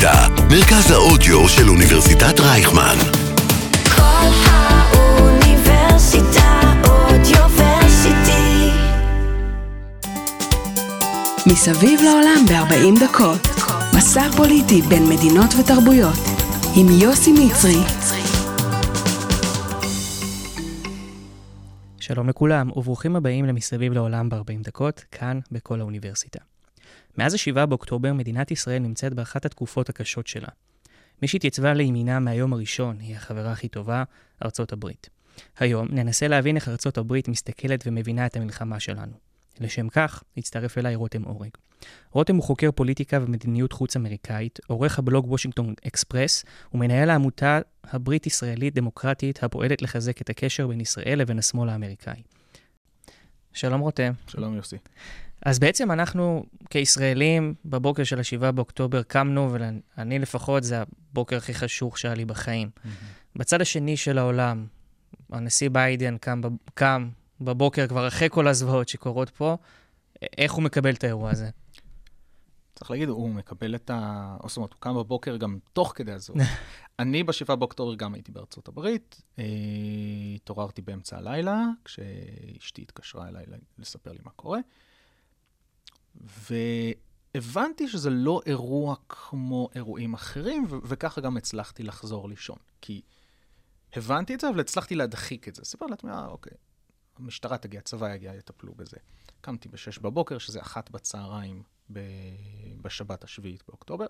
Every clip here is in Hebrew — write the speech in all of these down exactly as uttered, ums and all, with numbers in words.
האוניברסיטה, מרכז האודיו של אוניברסיטת רייכמן. כל האוניברסיטה אודיוורסיטי. מסביב לעולם ב-ארבעים דקות. מסע פוליטי בין מדינות ותרבויות. עם יוסי מצרי. שלום לכולם, וברוכים הבאים למסביב לעולם ב-ארבעים דקות, כאן בכל האוניברסיטה. מאז השבעה באוקטובר, מדינת ישראל נמצאת באחת התקופות הקשות שלה. מי שהתייצבה לימינה מהיום הראשון היא החברה הכי טובה, ארצות הברית. היום ננסה להבין איך ארצות הברית מסתכלת ומבינה את המלחמה שלנו. לשם כך, הצטרף אליי רותם אורג. רותם הוא חוקר פוליטיקה ומדיניות חוץ אמריקאית, עורך הבלוג וושינגטון אקספרס, ומנהל העמותה הברית-ישראלית דמוקרטית הפועלת לחזק את הקשר בין ישראל לבין השמאל האמריקאי. שלום רותם. שלום יוסי. אז בעצם אנחנו כישראלים בבוקר של השבעה באוקטובר קמנו, ואני לפחות זה הבוקר הכי חשוך שהיה לי בחיים. Mm-hmm. בצד השני של העולם, הנשיא ביידן קם, קם בבוקר כבר אחרי כל הזוועות שקורות פה, איך הוא מקבל את האירוע הזה? צריך להגיד, הוא מקבל את ה... זאת אומרת, הוא קם בבוקר גם תוך כדי הזוועות. אני בשבעה באוקטובר גם הייתי בארצות הברית, התעוררתי באמצע הלילה, כשאשתי התקשרה אליי לספר לי מה קורה, והבנתי שזה לא אירוע כמו אירועים אחרים, ו- וככה גם הצלחתי לחזור לישון. כי הבנתי את זה, אבל הצלחתי להדחיק את זה. סיפר לעצמי, אה, אוקיי, המשטרה תגיע, הצבא יגיע, יטפלו בזה. קמתי בשש בבוקר, שזה אחת בצהריים ב- בשבת השביעית באוקטובר.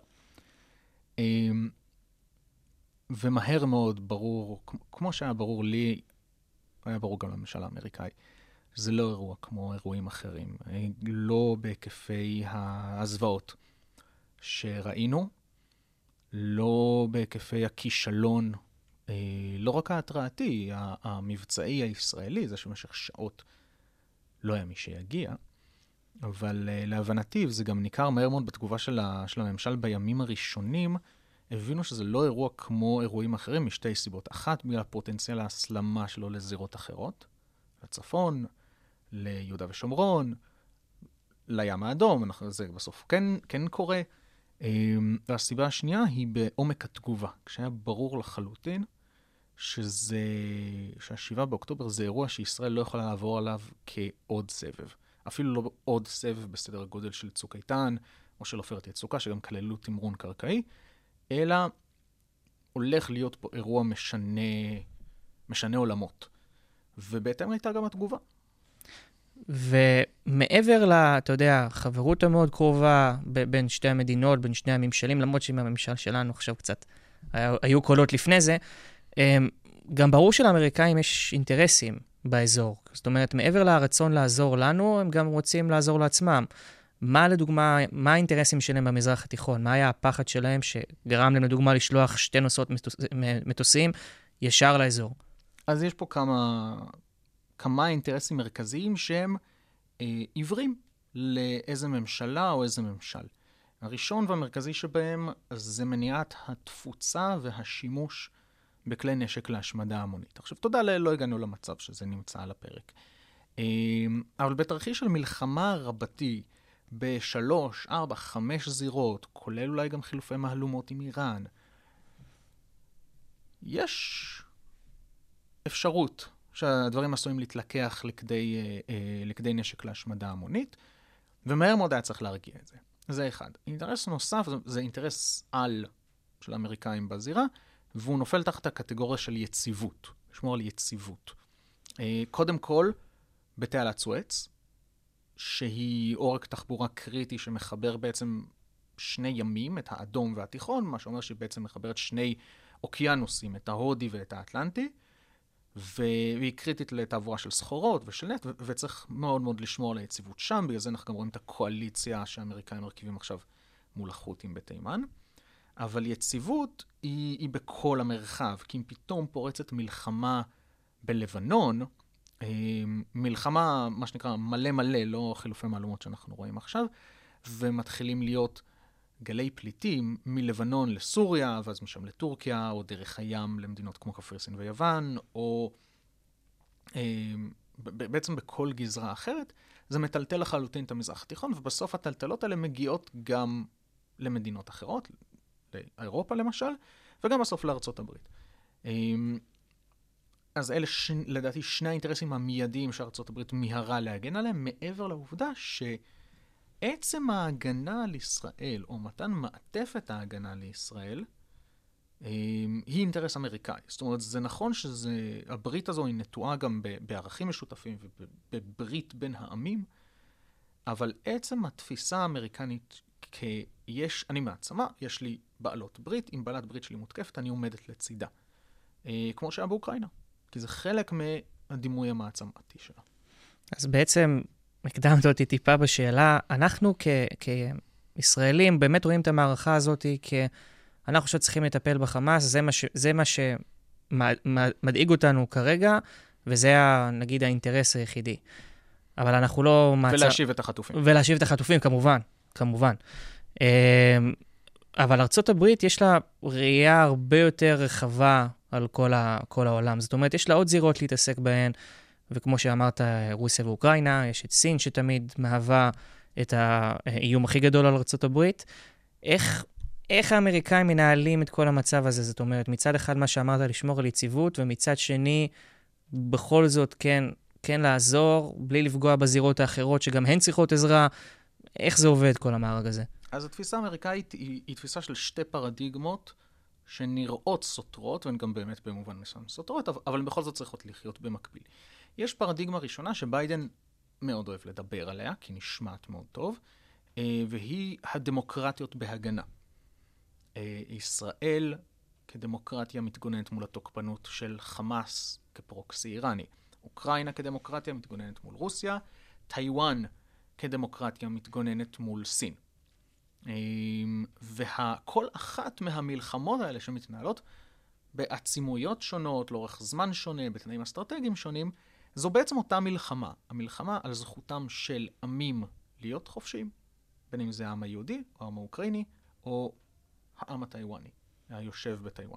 ומהר מאוד ברור, כמו שהיה ברור לי, היה ברור גם לממשל האמריקאי, זה לא אירוע כמו אירועים אחרים, לא בהיקפי הזוועות שראינו, לא בהיקפי הכישלון, לא רק ההתרעתי, המבצעי הישראלי, זה שבמשך שעות לא היה מי שיגיע, אבל להבנתי, וזה גם ניכר מהר מאוד בתגובה של הממשל בימים הראשונים, הבינו שזה לא אירוע כמו אירועים אחרים משתי סיבות. אחת, בגלל פוטנציאל ההסלמה שלו לזירות אחרות, לצפון, ליהודה ושומרון, לים האדום, אנחנו, זה בסוף כן, כן קורה. והסיבה השנייה היא בעומק התגובה, כשהיה ברור לחלוטין שזה, שהשבעה באוקטובר זה אירוע שישראל לא יכולה לעבור עליו כעוד סבב. אפילו לא עוד סבב בסדר הגודל של צוק איתן, או של עופרת יצוקה, שגם כללו תמרון קרקעי, אלא הולך להיות פה אירוע משנה, משנה עולמות. ובהתאם הייתה גם התגובה. ומעבר ל, אתה יודע, חברות המאוד קרובה בין שתי המדינות, בין שני הממשלים, למרות שעם הממשל שלנו עכשיו קצת היו קולות לפני זה, גם ברור שלאמריקאים יש אינטרסים באזור. זאת אומרת, מעבר לרצון לעזור לנו, הם גם רוצים לעזור לעצמם. מה לדוגמה, מה האינטרסים שלהם במזרח התיכון? מה היה הפחד שלהם שגרם להם לדוגמה לשלוח שתי נוסעות מטוסים ישר לאזור? אז יש פה כמה, כמה אינטרסים מרכזיים שהם אה, עיוורים לאיזה ממשלה או איזה ממשל. הראשון והמרכזי שבהם זה מניעת התפוצה והשימוש בכלי נשק להשמדה המונית. עכשיו, תודה לאל, לא הגענו למצב שזה נמצא על הפרק. אה, אבל בתרחיש של מלחמה רבתי, בשלוש, ארבע, חמש זירות, כולל אולי גם חילופי מהלומות עם איראן, יש אפשרות שהדברים עשויים להתלקח לכדי, אה, לכדי נשק להשמדה המונית, ומהר מאוד היה צריך להרגיע את זה. זה אחד. אינטרס נוסף, זה אינטרס על של האמריקאים בזירה, והוא נופל תחת הקטגוריה של יציבות, לשמור על יציבות. אה, קודם כל, בתעלת סואץ, שהיא עורק תחבורה קריטי שמחבר בעצם שני ימים, את האדום והתיכון, מה שאומר שהיא בעצם מחברת שני אוקיינוסים, את ההודי ואת האטלנטי, והיא קריטית לתעבורה של סחורות ושל נפט, וצריך מאוד מאוד לשמור על היציבות שם, בגלל זה אנחנו גם רואים את הקואליציה שהאמריקאים מרכיבים עכשיו מול החות'ים בתימן. אבל יציבות היא, היא בכל המרחב, כי אם פתאום פורצת מלחמה בלבנון, מלחמה, מה שנקרא, מלא מלא, לא חילופי מהלומות שאנחנו רואים עכשיו, ומתחילים להיות גלי פליטים מלבנון לסוריה, ואז משם לטורקיה, או דרך הים למדינות כמו קפריסין ויוון, או אה, בעצם בכל גזרה אחרת, זה מטלטל לחלוטין את המזרח התיכון, ובסוף הטלטלות האלה מגיעות גם למדינות אחרות, לאירופה למשל, וגם בסוף לארצות הברית. אז אלה ש... לדעתי שני האינטרסים המיידיים שארצות הברית מהרה להגן עליהם, מעבר לעובדה שעצם ההגנה על ישראל, או מתן מעטפת ההגנה לישראל, היא אינטרס אמריקאי. זאת אומרת, זה נכון שהברית הזו היא נטועה גם בערכים משותפים ובברית בין העמים, אבל עצם התפיסה האמריקנית כיש, אני מעצמה, יש לי בעלות ברית, אם בעלת ברית שלי מותקפת, אני עומדת לצידה. כמו שהיה באוקראינה. כי זה חלק מהדימוי המעצמתי שלה. אז בעצם הקדמת אותי טיפה בשאלה, אנחנו כ- כישראלים באמת רואים את המערכה הזאת כאנחנו שצריכים לטפל בחמאס, זה מה, ש- זה מה שמדאיג אותנו כרגע, וזה נגיד האינטרס היחידי. אבל אנחנו לא... ולהשיב את החטופים. ולהשיב את החטופים, כמובן, כמובן. אבל ארצות הברית יש לה ראייה הרבה יותר רחבה על כל, ה, כל העולם. זאת אומרת, יש לה עוד זירות להתעסק בהן, וכמו שאמרת, רוסיה ואוקראינה, יש את סין שתמיד מהווה את האיום הכי גדול על ארצות הברית. איך, איך האמריקאים מנהלים את כל המצב הזה? זאת אומרת, מצד אחד מה שאמרת, לשמור על יציבות, ומצד שני, בכל זאת כן, כן לעזור, בלי לפגוע בזירות האחרות, שגם הן צריכות עזרה. איך זה עובד, כל המארג הזה? אז התפיסה האמריקאית היא, היא תפיסה של שתי פרדיגמות, שנראות סותרות, והן גם באמת במובן מסוים סותרות, אבל בכל זאת צריכות לחיות במקביל. יש פרדיגמה ראשונה שביידן מאוד אוהב לדבר עליה, כי נשמעת מאוד טוב, והיא הדמוקרטיות בהגנה. ישראל כדמוקרטיה מתגוננת מול התוקפנות של חמאס כפרוקסי איראני. אוקראינה כדמוקרטיה מתגוננת מול רוסיה, טיואן כדמוקרטיה מתגוננת מול סין. וכל אחת מהמלחמות האלה שמתנהלות בעצימויות שונות, לאורך זמן שונה, בתנאים אסטרטגיים שונים, זו בעצם אותה מלחמה. המלחמה על זכותם של עמים להיות חופשיים, בין אם זה העם היהודי, או העם האוקראיני, או העם הטיואני, היושב בטיואן.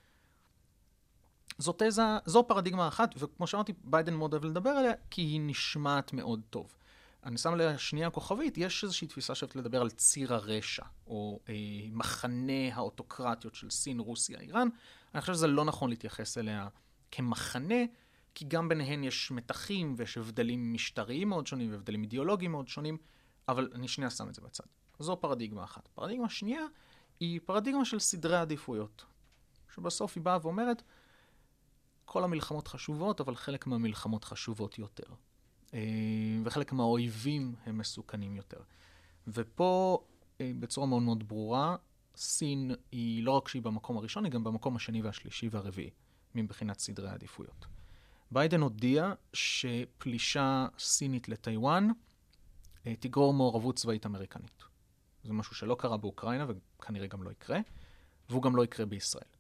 זו תזה, זו פרדיגמה אחת, וכמו שאמרתי, ביידן מאוד אוהב לדבר עליה, כי היא נשמעת מאוד טוב. אני שם לשנייה כוכבית, יש איזושהי תפיסה שאפשר לדבר על ציר הרשע, או אה, מחנה האוטוקרטיות של סין, רוסיה, איראן. אני חושב שזה לא נכון להתייחס אליה כמחנה, כי גם ביניהן יש מתחים ויש הבדלים משטריים מאוד שונים, והבדלים אידיאולוגיים מאוד שונים, אבל אני שנייה שם את זה בצד. זו פרדיגמה אחת. פרדיגמה שנייה היא פרדיגמה של סדרי עדיפויות, שבסוף היא באה ואומרת, כל המלחמות חשובות, אבל חלק מהמלחמות חשובות יותר. וחלק מהאויבים הם מסוכנים יותר. ופה, בצורה מאוד מאוד ברורה, סין היא לא רק שהיא במקום הראשון, היא גם במקום השני והשלישי והרביעי, מבחינת סדרי העדיפויות. ביידן הודיע שפלישה סינית לטיואן תגרור מעורבות צבאית אמריקנית. זה משהו שלא קרה באוקראינה, וכנראה גם לא יקרה, והוא גם לא יקרה בישראל.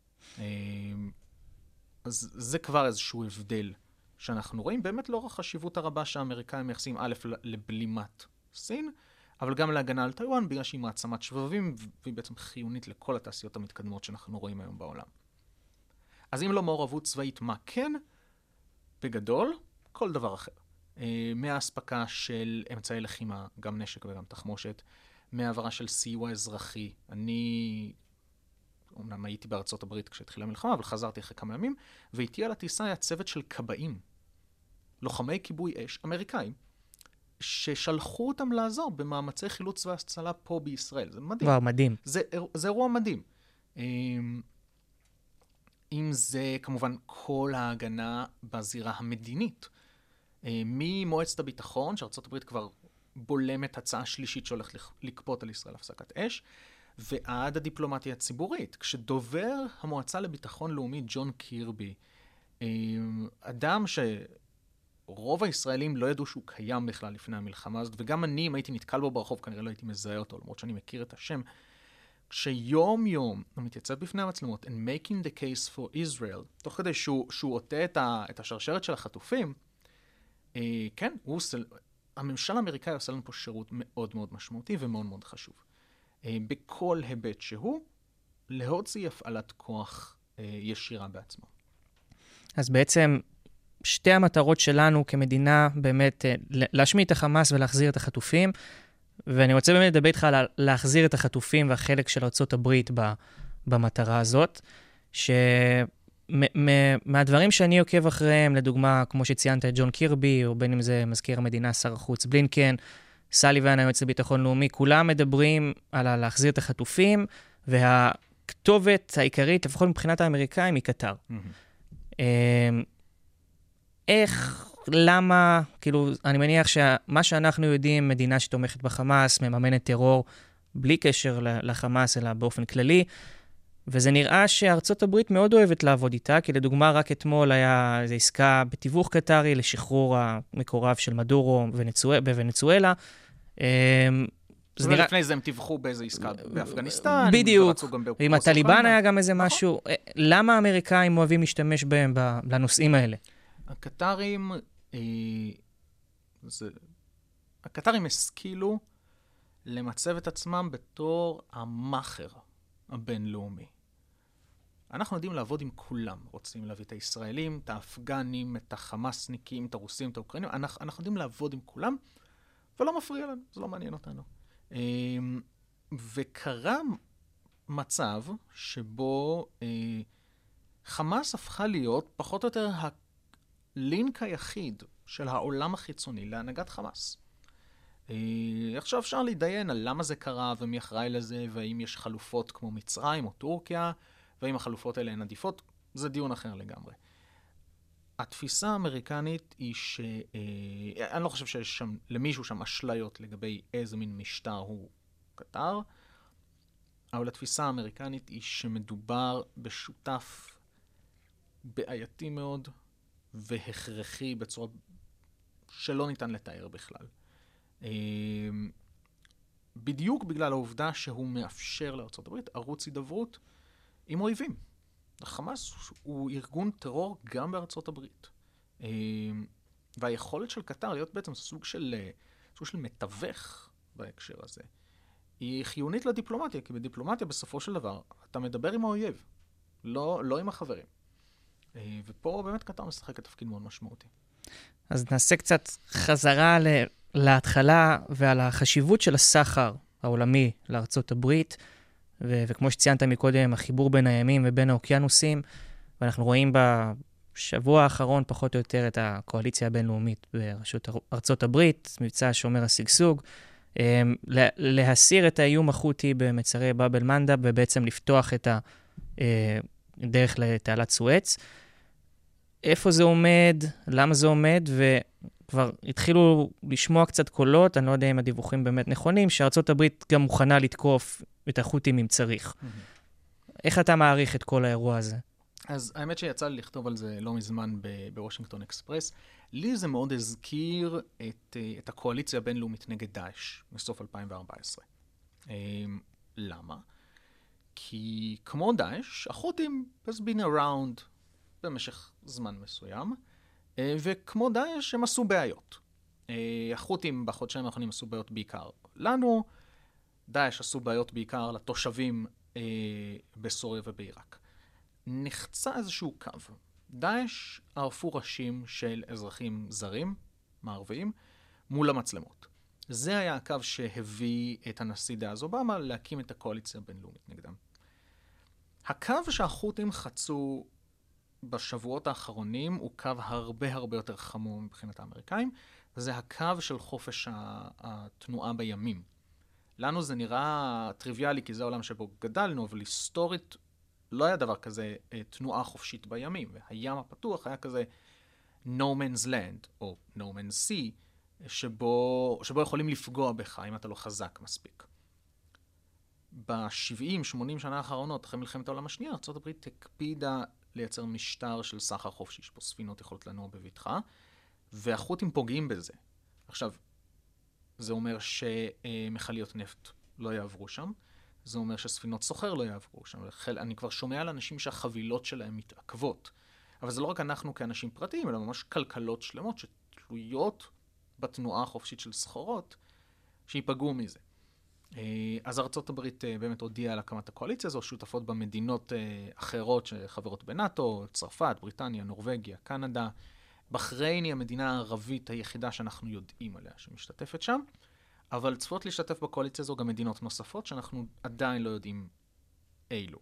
אז זה כבר איזשהו הבדל שאנחנו רואים, באמת לאור החשיבות הרבה שהאמריקאים מייחסים א' לבלימת סין, אבל גם להגנה על טיואן, בגלל שהיא מעצמת שבבים, והיא בעצם חיונית לכל התעשיות המתקדמות שאנחנו רואים היום בעולם. אז אם לא מעורבות צבאית, מה כן? בגדול, כל דבר אחר. מההספקה של אמצעי לחימה, גם נשק וגם תחמושת, מהעברה של סיוע אזרחי. אני, אומנם הייתי בארצות הברית כשהתחילה המלחמה, אבל חזרתי אחרי כמה ימים, ואיתי על הטיסה היה צוות של קבעים, לוחמי כיבוי אש אמריקאים, ששלחו אותם לעזור במאמצי חילוץ והצלה פה בישראל. זה מדהים. וואו, מדהים. זה, זה אירוע מדהים. אם זה כמובן כל ההגנה בזירה המדינית. ממועצת הביטחון, שארצות הברית כבר בולמת הצעה שלישית שהולכת לקפות על ישראל הפסקת אש, ועד הדיפלומטיה הציבורית. כשדובר המועצה לביטחון לאומי, ג'ון קירבי, אדם שרוב הישראלים לא ידעו שהוא קיים בכלל לפני המלחמה הזאת, וגם אני, אם הייתי נתקל בו ברחוב, כנראה לא הייתי מזהה אותו, למרות שאני מכיר את השם, כשיום יום הוא מתייצב בפני המצלמות, and making the case for Israel, תוך כדי שהוא, שהוא עוטה את, ה, את השרשרת של החטופים, אה, כן, הוא עושה, הממשל האמריקאי עושה לנו פה שירות מאוד מאוד משמעותי ומאוד מאוד חשוב. אה, בכל היבט שהוא, להוציא הפעלת כוח אה, ישירה בעצמו. אז בעצם שתי המטרות שלנו כמדינה באמת להשמיד את החמאס ולהחזיר את החטופים, ואני רוצה באמת לדבר איתך על להחזיר את החטופים והחלק של ארצות הברית במטרה הזאת, שמהדברים שאני עוקב אחריהם, לדוגמה, כמו שציינת את ג'ון קירבי, או בין אם זה מזכיר המדינה, שר החוץ בלינקן, סליבן, היועץ לביטחון לאומי, כולם מדברים על להחזיר את החטופים, והכתובת העיקרית, לפחות מבחינת האמריקאים, היא קטר. איך, למה, כאילו, אני מניח שמה שאנחנו יודעים, מדינה שתומכת בחמאס, מממנת טרור, בלי קשר לחמאס, אלא באופן כללי, וזה נראה שארצות הברית מאוד אוהבת לעבוד איתה, כי לדוגמה, רק אתמול היה איזו עסקה בתיווך קטרי לשחרור המקורב של מדורו בוונצואלה. זה נראה... לפני זה הם תיווכו באיזו עסקה באפגניסטן. בדיוק. ועם הטליבן היה גם איזה משהו. למה האמריקאים אוהבים להשתמש בהם לנושאים האלה? הקטרים, זה... הקטרים השכילו למצב את עצמם בתור המאחר הבינלאומי. אנחנו יודעים לעבוד עם כולם. רוצים להביא את הישראלים, את האפגנים, את החמאסניקים, את הרוסים, את האוקראינים. אנחנו, אנחנו יודעים לעבוד עם כולם, ולא מפריע לנו, זה לא מעניין אותנו. וקרה מצב שבו חמאס הפכה להיות פחות או יותר הלינק היחיד של העולם החיצוני להנהגת חמאס. עכשיו אפשר להידיין על למה זה קרה ומי אחראי לזה, והאם יש חלופות כמו מצרים או טורקיה, והאם החלופות האלה הן עדיפות, זה דיון אחר לגמרי. התפיסה האמריקנית היא ש... אני לא חושב שיש שם, למישהו שם אשליות לגבי איזה מין משטר הוא קטר, אבל התפיסה האמריקנית היא שמדובר בשותף בעייתי מאוד והכרחי בצורה שלא ניתן לתאר בכלל. בדיוק בגלל העובדה שהוא מאפשר לארצות הברית ערוץ הידברות עם אויבים. החמאס הוא ארגון טרור גם בארצות הברית. והיכולת של קטר להיות בעצם סוג של, סוג של מתווך בהקשר הזה, היא חיונית לדיפלומטיה, כי בדיפלומטיה בסופו של דבר אתה מדבר עם האויב, לא, לא עם החברים. ופה באמת קטר משחק את תפקיד מאוד משמעותי. אז נעשה קצת חזרה ל... להתחלה ועל החשיבות של הסחר העולמי לארצות הברית, ו- וכמו שציינת מקודם, החיבור בין הימים ובין האוקיינוסים, ואנחנו רואים בשבוע האחרון פחות או יותר את הקואליציה הבינלאומית ברשות ארצות הברית, מבצע שומר השגשוג, להסיר את האיום החותי במצרי באב אל-מנדב, ובעצם לפתוח את הדרך לתעלת סואץ. איפה זה עומד, למה זה עומד, וכבר התחילו לשמוע קצת קולות, אני לא יודע אם הדיווחים באמת נכונים, שארצות הברית גם מוכנה לתקוף את החות'ים אם צריך. Mm-hmm. איך אתה מעריך את כל האירוע הזה? אז האמת שיצא לי לכתוב על זה לא מזמן בוושינגטון אקספרס. לי זה מאוד הזכיר את, את הקואליציה הבינלאומית נגד דאעש, מסוף אלפיים וארבע עשרה. למה? כי כמו דאעש, החות'ים has been around במשך זמן מסוים, וכמו דאעש הם עשו בעיות. החות'ים בחודשיים האחרונים עשו בעיות בעיקר לנו, דאעש עשו בעיות בעיקר לתושבים בסוריה ובעיראק. נחצה איזשהו קו. דאעש ערפו ראשים של אזרחים זרים, מערביים, מול המצלמות. זה היה הקו שהביא את הנשיא דאז אובמה להקים את הקואליציה הבינלאומית נגדם. הקו שהחות'ים חצו בשבועות האחרונים הוא קו הרבה הרבה יותר חמור מבחינת האמריקאים, וזה הקו של חופש התנועה בימים. לנו זה נראה טריוויאלי כי זה העולם שבו גדלנו, אבל היסטורית לא היה דבר כזה תנועה חופשית בימים, והים הפתוח היה כזה no man's land או no man's sea, שבו, שבו יכולים לפגוע בך אם אתה לא חזק מספיק. ב-שבעים שמונים שנה האחרונות, אחרי מלחמת העולם השנייה, ארצות הברית הקפידה לייצר משטר של סחר חופשי, שפה ספינות יכולות לנוע בבטחה, והחות'ים פוגעים בזה. עכשיו, זה אומר שמכליות נפט לא יעברו שם, זה אומר שספינות סוחר לא יעברו שם. אני כבר שומע על אנשים שהחבילות שלהם מתעכבות, אבל זה לא רק אנחנו כאנשים פרטיים, אלא ממש כלכלות שלמות שתלויות בתנועה החופשית של סחורות, שיפגעו מזה. אז ארצות הברית באמת הודיעה על הקמת הקואליציה הזו, שותפות במדינות אחרות שחברות בנאטו, צרפת, בריטניה, נורווגיה, קנדה. בחריין היא המדינה הערבית היחידה שאנחנו יודעים עליה שמשתתפת שם, אבל צפויות להשתתף בקואליציה הזו גם מדינות נוספות, שאנחנו עדיין לא יודעים אילו.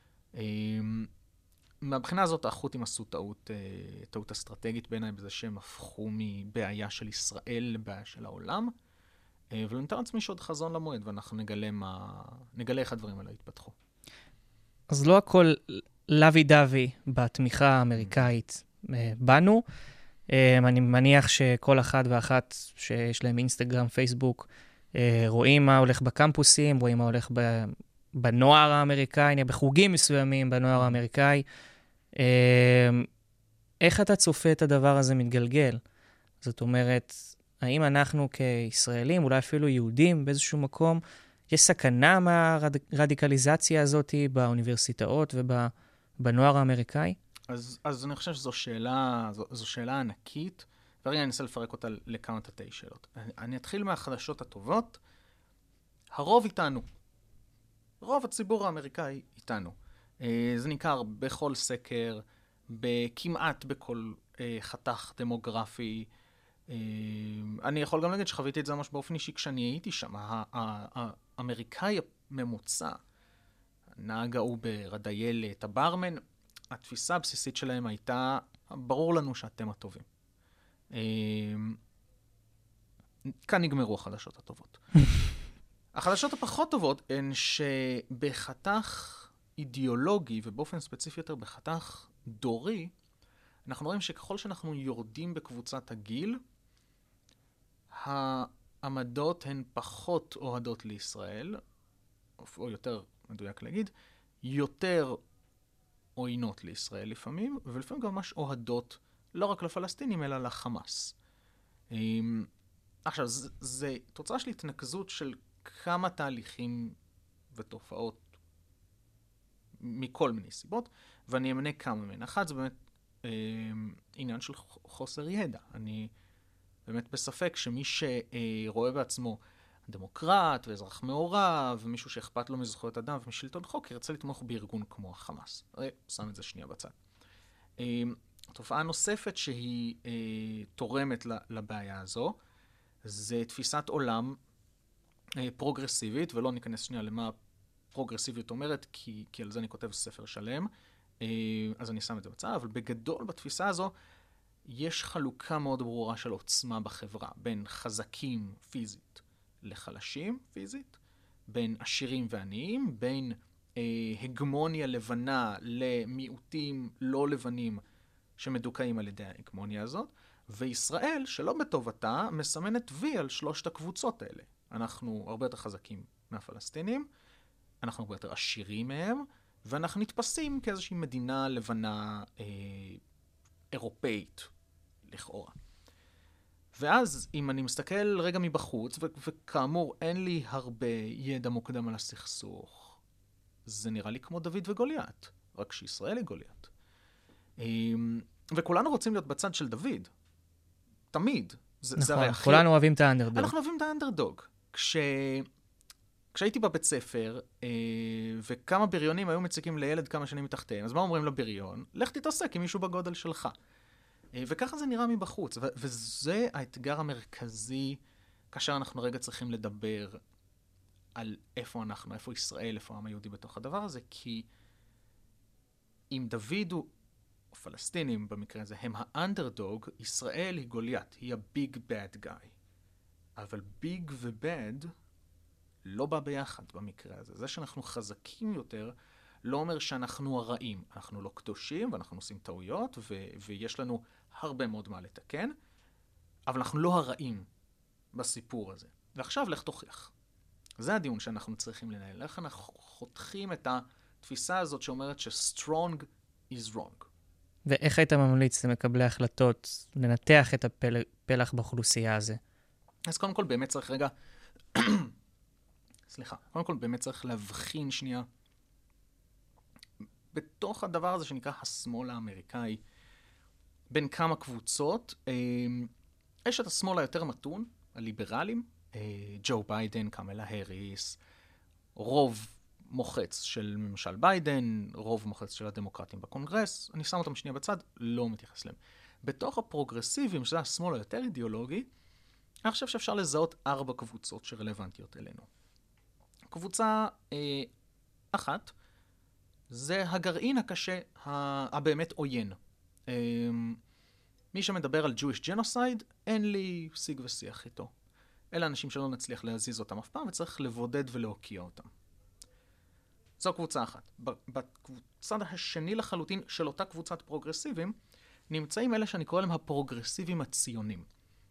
מהבחינה הזאת, החות'ים עשו טעות, טעות אסטרטגית בעיניי, בזה שהם הפכו מבעיה של ישראל לבעיה של העולם, אבל אני מתאר לעצמי שעוד חזון למועד, ואנחנו נגלה מה, נגלה איך הדברים האלה יתפתחו. אז לא הכל לוי דווי בתמיכה האמריקאית בנו. אני מניח שכל אחד ואחת שיש להם אינסטגרם, פייסבוק, רואים מה הולך בקמפוסים, רואים מה הולך בנוער האמריקאי, בחוגים מסוימים בנוער האמריקאי. איך אתה צופה את הדבר הזה מתגלגל? זאת אומרת, האם אנחנו כישראלים, אולי אפילו יהודים באיזשהו מקום, יש סכנה מהרדיקליזציה הזאת באוניברסיטאות ובנוער האמריקאי? אז, אז אני חושב שזו שאלה, זו, זו שאלה ענקית, ורגע אני אנסה לפרק אותה לכמה תתי שאלות. אני, אני אתחיל מהחדשות הטובות. הרוב איתנו. רוב הציבור האמריקאי איתנו. זה ניכר בכל סקר, בכמעט בכל חתך דמוגרפי. אני יכול גם להגיד שחוויתי את זה ממש באופן אישי כשאני הייתי שם. האמריקאי הממוצע, נהג האובר, הדיילת, הברמן, התפיסה הבסיסית שלהם הייתה, ברור לנו שאתם הטובים. כאן נגמרו החדשות הטובות. החדשות הפחות טובות הן שבחתך אידיאולוגי, ובאופן ספציפי יותר בחתך דורי, אנחנו רואים שככל שאנחנו יורדים בקבוצת הגיל, העמדות הן פחות אוהדות לישראל, או יותר מדויק להגיד, יותר עוינות לישראל לפעמים, ולפעמים גם ממש אוהדות לא רק לפלסטינים, אלא לחמאס. עכשיו, זה, זה תוצאה של התנקזות של כמה תהליכים ותופעות מכל מיני סיבות, ואני אמנה כמה מהן. אחת זה באמת אה, עניין של חוסר ידע. אני באמת בספק שמי שרואה בעצמו דמוקרט ואזרח מעורב, ומישהו שאכפת לו מזכויות אדם ומשלטון חוק, ירצה לתמוך בארגון כמו החמאס. הרי, שם את זה שנייה בצד. אה, תופעה נוספת שהיא אה, תורמת לבעיה הזו, זה תפיסת עולם אה, פרוגרסיבית, ולא ניכנס שנייה למה פרוגרסיביות אומרת, כי, כי על זה אני כותב ספר שלם, אה, אז אני שם את זה בצד, אבל בגדול בתפיסה הזו, יש חלוקה מאוד ברורה של עוצמה בחברה, בין חזקים פיזית לחלשים פיזית, בין עשירים ועניים, בין אה, הגמוניה לבנה למיעוטים לא לבנים שמדוכאים על ידי ההגמוניה הזאת, וישראל, שלא בטובתה, מסמנת וי על שלושת הקבוצות האלה. אנחנו הרבה יותר חזקים מהפלסטינים, אנחנו הרבה יותר עשירים מהם, ואנחנו נתפסים כאיזושהי מדינה לבנה אה, אירופאית, לכאורה. ואז, אם אני מסתכל רגע מבחוץ, ו- וכאמור, אין לי הרבה ידע מוקדם על הסכסוך, זה נראה לי כמו דוד וגוליית, רק שישראל היא גוליית. אה, וכולנו רוצים להיות בצד של דוד. תמיד. זה, נכון, זה הרי כולנו הכי... אוהבים את האנדרדוג. אנחנו אוהבים את האנדרדוג. כש... כשהייתי בבית ספר, אה, וכמה בריונים היו מציקים לילד כמה שנים מתחתיהם, אז מה אומרים לבריון? לך תתעסק עם מישהו בגודל שלך. אה, וככה זה נראה מבחוץ. ו- וזה האתגר המרכזי, כאשר אנחנו רגע צריכים לדבר על איפה אנחנו, איפה ישראל, איפה העם היהודי בתוך הדבר הזה, כי אם דוד הוא... או פלסטינים במקרה הזה, הם האנדרדוג, ישראל היא גוליית, היא הביג בד גאי. אבל ביג ובד לא בא ביחד במקרה הזה. זה שאנחנו חזקים יותר, לא אומר שאנחנו הרעים. אנחנו לא קדושים, ואנחנו עושים טעויות, ו- ויש לנו הרבה מאוד מה לתקן, אבל אנחנו לא הרעים בסיפור הזה. ועכשיו לך תוכיח. זה הדיון שאנחנו צריכים לנהל. איך אנחנו חותכים את התפיסה הזאת שאומרת ש-strong is wrong. ואיך היית ממליץ למקבלי החלטות לנתח את הפלח באוכלוסייה הזה? אז קודם כל באמת צריך רגע, סליחה, קודם כל באמת צריך להבחין שנייה, בתוך הדבר הזה שנקרא השמאל האמריקאי, בין כמה קבוצות, יש את השמאל היותר מתון, הליברלים, ג'ו ביידן, קמלה הריס, רוב מוחץ של ממשל ביידן, רוב מוחץ של הדמוקרטים בקונגרס, אני שם אותם שנייה בצד, לא מתייחס להם. בתוך הפרוגרסיבים, שזה השמאל היותר אידיאולוגי, אני חושב שאפשר לזהות ארבע קבוצות שרלוונטיות אלינו. קבוצה אה, אחת, זה הגרעין הקשה, הבאמת עוין. אה, מי שמדבר על Jewish Genocide, אין לי שיג ושיח איתו. אלה אנשים שלא נצליח להזיז אותם אף פעם, וצריך לבודד ולהוקיע אותם. זו קבוצה אחת. בצד השני לחלוטין של אותה קבוצת פרוגרסיבים, נמצאים אלה שאני קורא להם הפרוגרסיבים הציונים.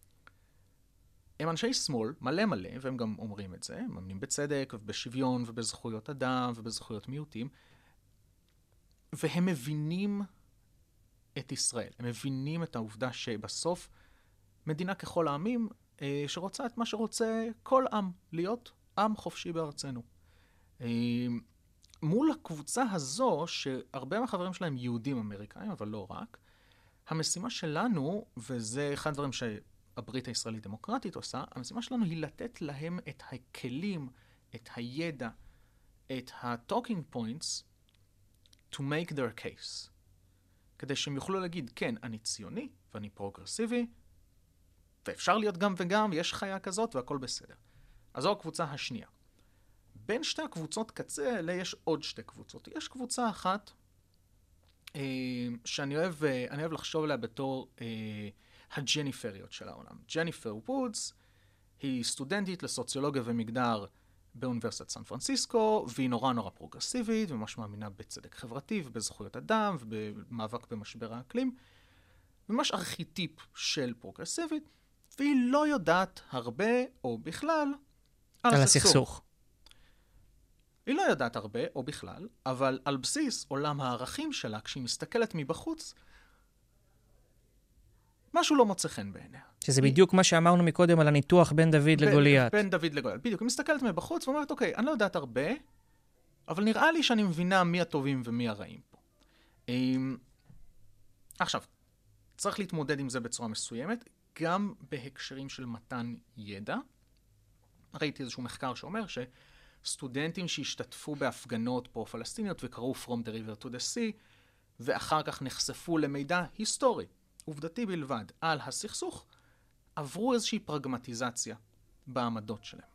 הם אנשי שמאל, מלא מלא, והם גם אומרים את זה, הם מאמינים בצדק ובשוויון ובזכויות אדם ובזכויות מיעוטים, והם מבינים את ישראל. הם מבינים את העובדה שבסוף מדינה ככל העמים אה, שרוצה את מה שרוצה כל עם, להיות עם חופשי בארצנו. אה, מול הקבוצה הזו, שהרבה מהחברים שלהם יהודים אמריקאים, אבל לא רק, המשימה שלנו, וזה אחד הדברים שהברית הישראלית דמוקרטית עושה, המשימה שלנו היא לתת להם את הכלים, את הידע, את ה-talking points to make their case. כדי שהם יוכלו להגיד, כן, אני ציוני ואני פרוגרסיבי, ואפשר להיות גם וגם, יש חיה כזאת והכל בסדר. אז זו הקבוצה השנייה. בין שתי הקבוצות קצה האלה יש עוד שתי קבוצות. יש קבוצה אחת אה, שאני אוהב, אה, אני אוהב לחשוב עליה בתור אה, הג'ניפריות של העולם. ג'ניפר וודס היא סטודנטית לסוציולוגיה ומגדר באוניברסיטת סן פרנסיסקו, והיא נורא נורא פרוגרסיבית, וממש מאמינה בצדק חברתי ובזכויות אדם ובמאבק במשבר האקלים. ממש ארכיטיפ של פרוגרסיבית, והיא לא יודעת הרבה או בכלל על, על הסכסוך. הסכסוך. היא לא יודעת הרבה או בכלל, אבל על בסיס עולם הערכים שלה, כשהיא מסתכלת מבחוץ, משהו לא מוצא חן בעיניה. שזה בדיוק מה שאמרנו מקודם על הניתוח בין דוד לגוליית. בין דוד לגוליית. בדיוק, היא מסתכלת מבחוץ ואומרת, אוקיי, אני לא יודעת הרבה, אבל נראה לי שאני מבינה מי הטובים ומי הרעים פה. עכשיו, צריך להתמודד עם זה בצורה מסוימת, גם בהקשרים של מתן ידע. ראיתי איזשהו מחקר שאומר שסטודנטים שהשתתפו בהפגנות פרו-פלסטיניות וקראו From the River to the Sea, ואחר כך נחשפו למידע היסטורי, עובדתי בלבד, על הסכסוך, עברו איזושהי פרגמטיזציה בעמדות שלהם.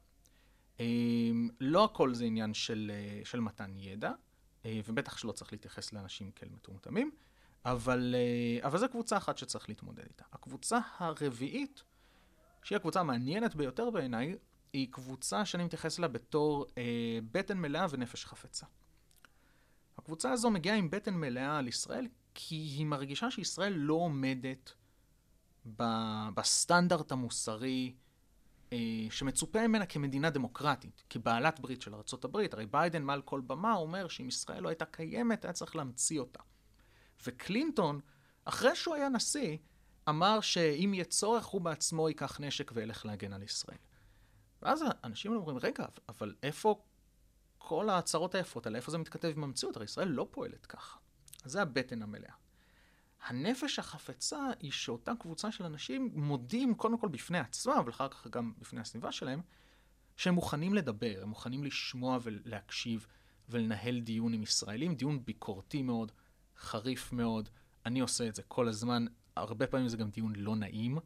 לא הכל זה עניין של, של מתן ידע, ובטח שלא צריך להתייחס לאנשים כאל מטומטמים, אבל, אבל זו קבוצה אחת שצריך להתמודד איתה. הקבוצה הרביעית, שהיא הקבוצה המעניינת ביותר בעיניי, היא קבוצה שאני מתייחס לה בתור אה, בטן מלאה ונפש חפצה. הקבוצה הזו מגיעה עם בטן מלאה על ישראל, כי היא מרגישה שישראל לא עומדת ב- בסטנדרט המוסרי אה, שמצופה ממנה כמדינה דמוקרטית, כבעלת ברית של ארצות הברית. הרי ביידן מעל כל במה אומר שאם ישראל לא הייתה קיימת, היה צריך להמציא אותה. וקלינטון, אחרי שהוא היה נשיא, אמר שאם יהיה צורך, הוא בעצמו ייקח נשק וילך להגן על ישראל. ואז האנשים אומרים, רגע, אבל איפה כל ההצהרות היפות האלה, איפה זה מתכתב עם המציאות? הרי ישראל לא פועלת ככה. אז זה הבטן המלאה. הנפש החפצה היא שאותה קבוצה של אנשים מודים קודם כל בפני עצמם, אבל אחר כך גם בפני הסביבה שלהם, שהם מוכנים לדבר, הם מוכנים לשמוע ולהקשיב ולנהל דיון עם ישראלים, דיון ביקורתי מאוד, חריף מאוד. אני עושה את זה כל הזמן, הרבה פעמים זה גם דיון לא נעים,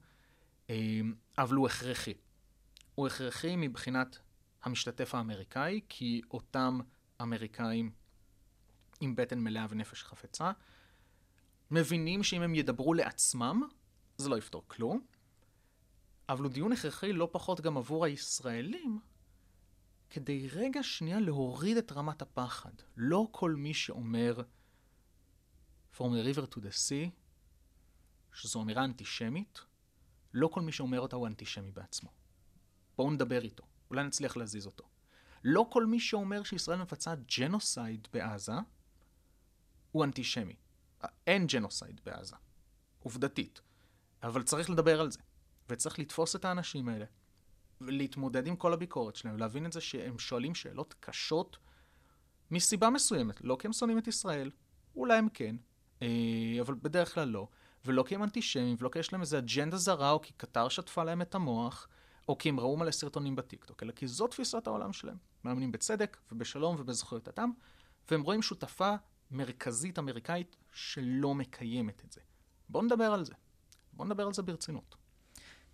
אבל הוא הכרחי. הוא הכרחי מבחינת המשתתף האמריקאי, כי אותם אמריקאים עם בטן מלאה ונפש חפצה, מבינים שאם הם ידברו לעצמם, זה לא יפתור כלום, אבל הוא דיון הכרחי לא פחות גם עבור הישראלים, כדי רגע שנייה להוריד את רמת הפחד. לא כל מי שאומר From the river to the sea, שזו אמירה אנטישמית, לא כל מי שאומר אותה הוא אנטישמי בעצמו. בואו נדבר איתו, אולי נצליח להזיז אותו. לא כל מי שאומר שישראל מבצעת ג'נוסייד בעזה, הוא אנטישמי. אין ג'נוסייד בעזה, עובדתית. אבל צריך לדבר על זה, וצריך לתפוס את האנשים האלה, ולהתמודד עם כל הביקורת שלהם, ולהבין את זה שהם שואלים שאלות קשות מסיבה מסוימת, לא כי הם שונאים את ישראל, אולי הם כן, אבל בדרך כלל לא, ולא כי הם אנטישמים, ולא כי יש להם איזו אג'נדה זרה, או כי קטר שטפה להם את המוח, או כי הם ראו מלא סרטונים בטיקטוק, אלא כי זו תפיסת העולם שלהם. מאמינים בצדק ובשלום ובזכויות אדם, והם רואים שותפה מרכזית אמריקאית שלא מקיימת את זה. בואו נדבר על זה. בואו נדבר על זה ברצינות.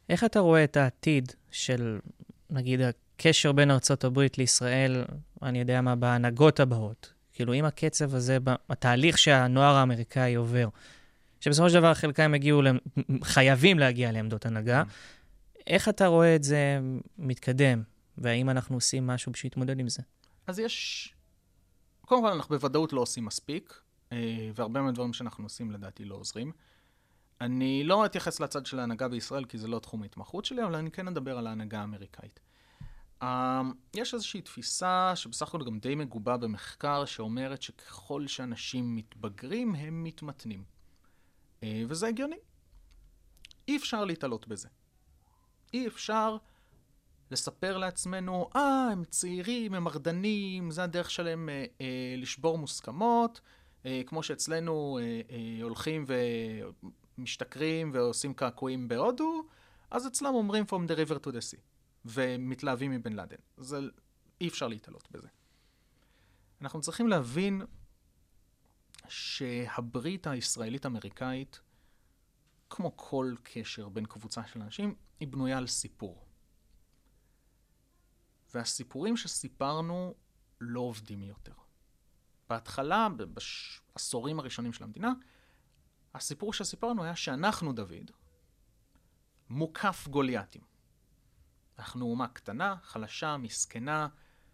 איך אתה רואה את העתיד של, נגיד, הקשר בין ארצות הברית לישראל, אני יודע מה, בהנהגות הבאות? כאילו, אם הקצב הזה, התהליך שהנוער האמריקאי עובר, שבסופו של דבר חלקם הגיעו, חייבים להגיע לעמדות הנהגה, איך אתה רואה את זה מתקדם? והאם אנחנו עושים משהו בשביל להתמודד עם זה? אז יש... קודם כל, אנחנו בוודאות לא עושים מספיק, והרבה מהדברים שאנחנו עושים לדעתי לא עוזרים. אני לא אתייחס לצד של ההנהגה בישראל, כי זה לא תחום ההתמחות שלי, אבל אני כן אדבר על ההנהגה האמריקאית. יש איזושהי תפיסה שבסך הכל גם די מגובה במחקר, שאומרת שככל שאנשים מתבגרים, הם מתמתנים. וזה הגיוני. אי אפשר להתעלות בזה. אי אפשר לספר לעצמנו, אה, הם צעירים, הם מרדנים, זה הדרך שלהם אה, אה, לשבור מוסכמות, אה, כמו שאצלנו אה, אה, הולכים ומשתכרים ועושים קעקועים בהודו, אז אצלם אומרים from the river to the sea, ומתלהבים מבן לאדן. זה אי אפשר להתעלות בזה. אנחנו צריכים להבין שהברית הישראלית-אמריקאית, כמו כל קשר בין קבוצה של אנשים, היא בנויה על סיפור. והסיפורים שסיפרנו לא עובדים יותר. בהתחלה, בעשורים הראשונים של המדינה, הסיפור שסיפרנו היה שאנחנו, דוד, מוקף גוליאטים. אנחנו אומה קטנה, חלשה, מסכנה,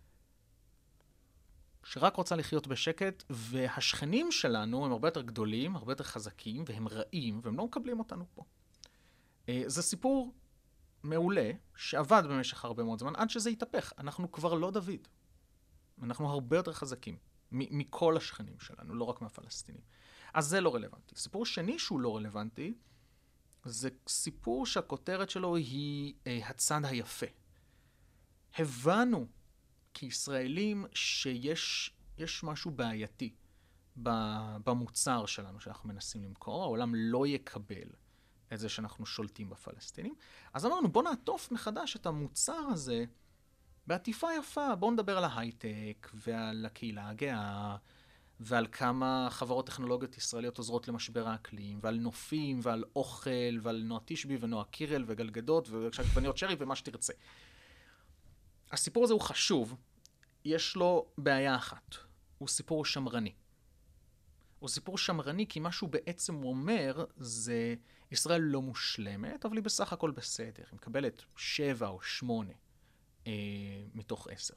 שרק רוצה לחיות בשקט, והשכנים שלנו הם הרבה יותר גדולים, הרבה יותר חזקים, והם רעים, והם לא מקבלים אותנו פה. זה סיפור מעולה, שעבד במשך הרבה מאוד זמן, עד שזה יתהפך. אנחנו כבר לא דוד. אנחנו הרבה יותר חזקים מכל השכנים שלנו, לא רק מהפלסטינים. אז זה לא רלוונטי. סיפור שני שהוא לא רלוונטי, זה סיפור שהכותרת שלו היא אה, הצד היפה. הבנו כישראלים שיש יש משהו בעייתי במוצר שלנו שאנחנו מנסים למכור. העולם לא יקבל את זה שאנחנו שולטים בפלסטינים. אז אמרנו, בוא נעטוף מחדש את המוצר הזה בעטיפה יפה. בואו נדבר על ההייטק ועל הקהילה הגאה, ועל כמה חברות טכנולוגיות ישראליות עוזרות למשבר האקלים, ועל נופים, ועל אוכל, ועל נועה תשבי ונועה קירל וגלגדות ועגבניות שרי ומה שתרצה. הסיפור הזה הוא חשוב. יש לו בעיה אחת. הוא סיפור שמרני. הוא סיפור שמרני כי מה שהוא בעצם אומר זה ישראל לא מושלמת, אבל היא בסך הכל בסדר. היא מקבלת שבע או שמונה אה, מתוך עשר.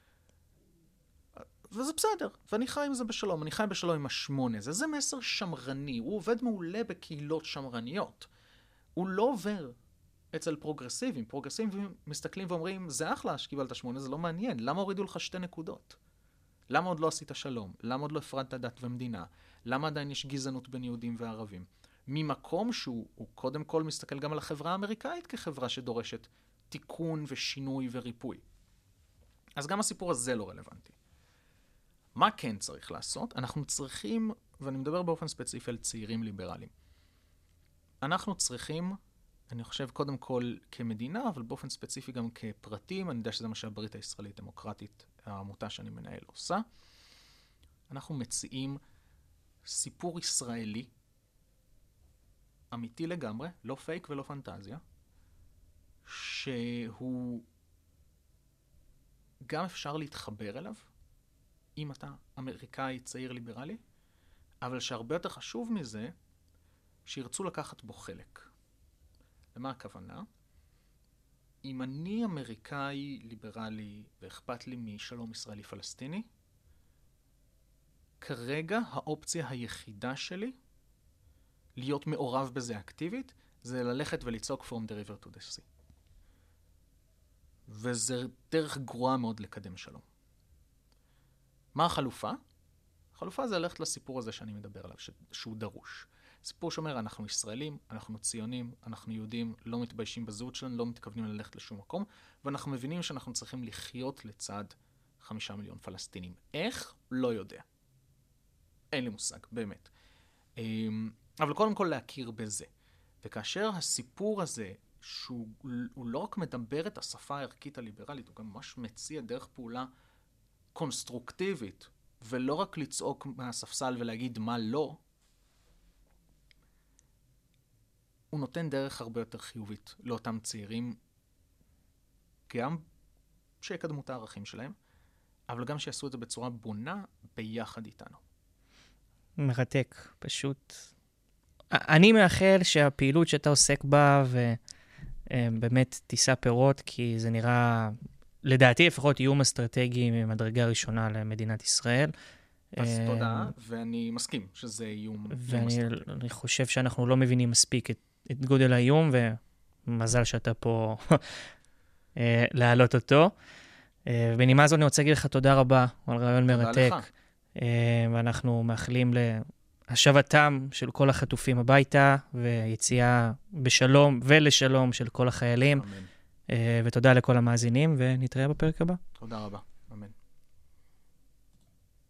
וזה בסדר, ואני חי עם זה בשלום. אני חי בשלום עם השמונה. זה, זה מסר שמרני. הוא עובד מעולה בקהילות שמרניות. הוא לא עובר אצל פרוגרסיבים. פרוגרסיבים מסתכלים ואומרים, זה אחלה שקיבלת שמונה, זה לא מעניין. למה הורידו לך שתי נקודות? למה עוד לא עשית שלום? למה עוד לא הפרדת דת ומדינה? למה עדיין יש גזענות בין יהודים וערבים? ממקום שהוא קודם כל מסתכל גם על החברה האמריקאית כחברה שדורשת תיקון ושינוי וריפוי. אז גם הסיפור הזה לא רלוונטי. מה כן צריך לעשות? אנחנו צריכים, ואני מדבר באופן ספציפי על צעירים ליברליים, אנחנו צריכים, אני חושב קודם כל כמדינה, אבל באופן ספציפי גם כפרטים, אני יודע שזה מה שהברית הישראלית דמוקרטית, העמותה שאני מנהל, עושה. אנחנו מציעים סיפור ישראלי, אמיתי לגמרי, לא פייק ולא פנטזיה, שהוא גם אפשר להתחבר אליו, אם אתה אמריקאי צעיר ליברלי, אבל שהרבה יותר חשוב מזה, שירצו לקחת בו חלק. למה הכוונה? אם אני אמריקאי ליברלי ואכפת לי משלום ישראלי-פלסטיני, כרגע האופציה היחידה שלי להיות מעורב בזה אקטיבית, זה ללכת ולצעוק from the river to the sea. וזה דרך גרועה מאוד לקדם שלום. מה החלופה? החלופה זה ללכת לסיפור הזה שאני מדבר עליו, שהוא דרוש. סיפור שאומר, אנחנו ישראלים, אנחנו ציונים, אנחנו יהודים, לא מתביישים בזהות שלנו, לא מתכוונים ללכת לשום מקום, ואנחנו מבינים שאנחנו צריכים לחיות לצד חמישה מיליון פלסטינים. איך? לא יודע. אין לי מושג, באמת. אבל קודם כל להכיר בזה. וכאשר הסיפור הזה, שהוא לא רק מדבר את השפה הערכית הליברלית, הוא גם ממש מציע דרך פעולה קונסטרוקטיבית, ולא רק לצעוק מהספסל ולהגיד מה לא, הוא נותן דרך הרבה יותר חיובית לאותם צעירים, גם שיקדמו את הערכים שלהם, אבל גם שיעשו את זה בצורה בונה ביחד איתנו. מרתק, פשוט. אני מאחל שהפעילות שאתה עוסק בה ובאמת תישא פירות, כי זה נראה, לדעתי לפחות איום אסטרטגי ממדרגה ראשונה למדינת ישראל. אז תודה, ואני מסכים שזה איום אסטרטגי. ואני חושב שאנחנו לא מבינים מספיק את, את גודל האיום, ומזל שאתה פה להעלות אותו. ובנימה זו אני רוצה להגיד לך תודה רבה על רעיון מרתק. תודה לך. ואנחנו מאחלים להשבתם של כל החטופים הביתה, ויציאה בשלום ולשלום של כל החיילים. אמן. ותודה לכל המאזינים, ונתראה בפרק הבא. תודה רבה.